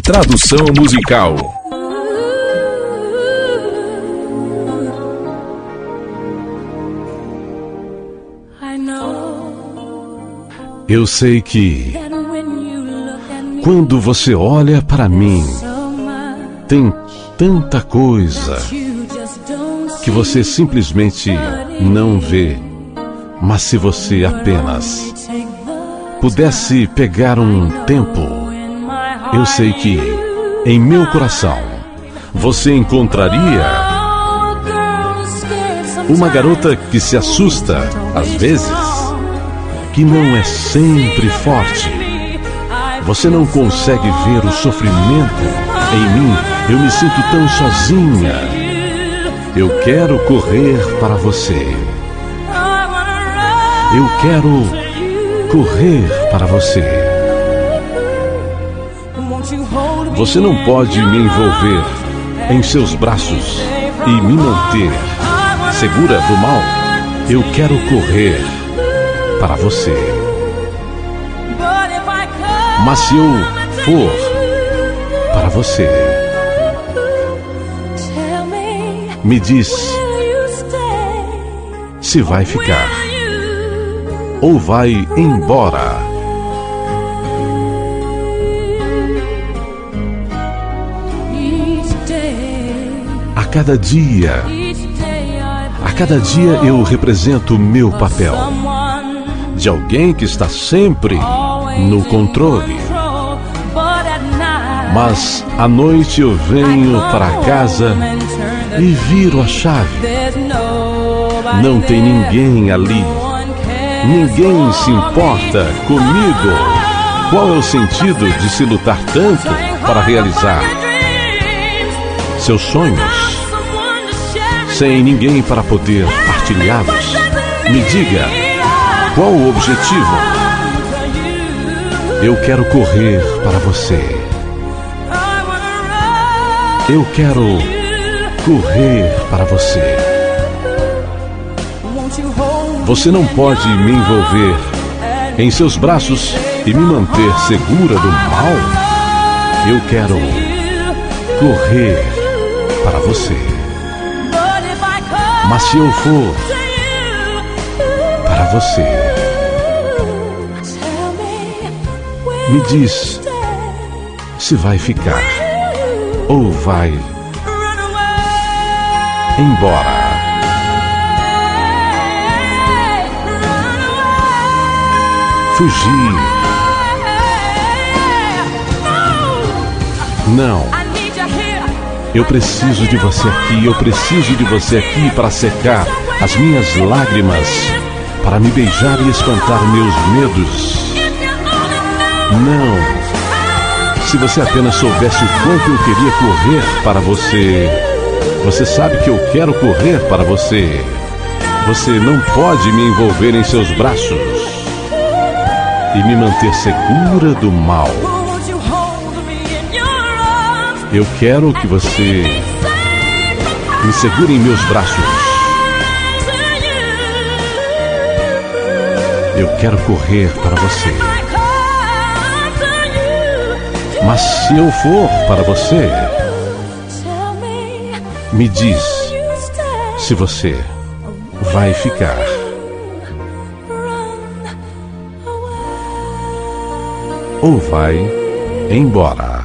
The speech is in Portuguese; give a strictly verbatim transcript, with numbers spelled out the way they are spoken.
Tradução musical. Eu sei que quando você olha para mim, tem tanta coisa que você simplesmente não vê. Mas se você apenas pudesse pegar um tempo, eu sei que em meu coração você encontraria uma garota que se assusta às vezes, que não é sempre forte. Você não consegue ver o sofrimento em mim. Eu me sinto tão sozinha. Eu quero correr para você. Eu quero correr para você. Você não pode me envolver em seus braços e me manter segura do mal. Eu quero correr para você. Mas se eu for para você, me diz se vai ficar ou vai embora. A cada dia, a cada dia eu represento o meu papel de alguém que está sempre no controle. Mas à noite eu venho para casa e viro a chave. Não tem ninguém ali. Ninguém se importa comigo. Qual é o sentido de se lutar tanto para realizar seus sonhos sem ninguém para poder partilhá-los? Me diga, qual o objetivo? Eu quero correr para você. Eu quero correr para você. Você não pode me envolver em seus braços e me manter segura do mal. Eu quero correr para você. Mas se eu for para você, me diz se vai ficar ou vai embora. Fugir. Não. Eu preciso de você aqui. Eu preciso de você aqui para secar as minhas lágrimas, para me beijar e espantar meus medos. Não. Se você apenas soubesse o quanto eu queria correr para você. Você sabe que eu quero correr para você. Você não pode me envolver em seus braços e me manter segura do mal. Eu quero que você me segure em meus braços. Eu quero correr para você. Mas se eu for para você, me diz se você vai ficar ou vai embora.